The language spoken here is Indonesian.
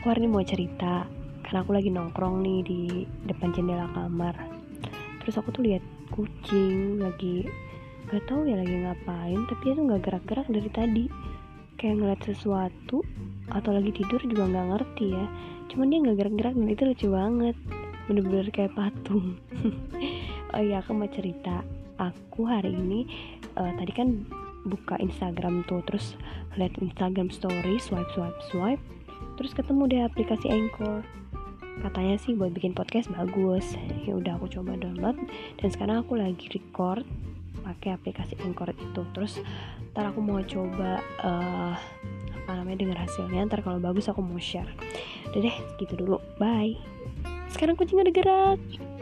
Aku hari ini mau cerita, karena aku lagi nongkrong nih di depan jendela kamar. Terus aku tuh lihat kucing lagi, gak tahu ya lagi ngapain, tapi dia tuh nggak gerak-gerak dari tadi. Kayak ngeliat sesuatu atau lagi tidur juga nggak ngerti ya. Cuman dia nggak gerak-gerak dan itu lucu banget, bener-bener kayak patung. Oh iya, aku mau cerita. Aku hari ini tadi kan buka Instagram tuh, terus lihat Instagram story, swipe, terus ketemu deh aplikasi Anchor. Katanya sih buat bikin podcast bagus. Ya udah aku coba download dan sekarang aku lagi record pakai aplikasi Anchor itu. Terus ntar aku mau coba dengar hasilnya. Ntar kalau bagus aku mau share. Udah deh, gitu dulu. Bye. Sekarang kucing udah gerak.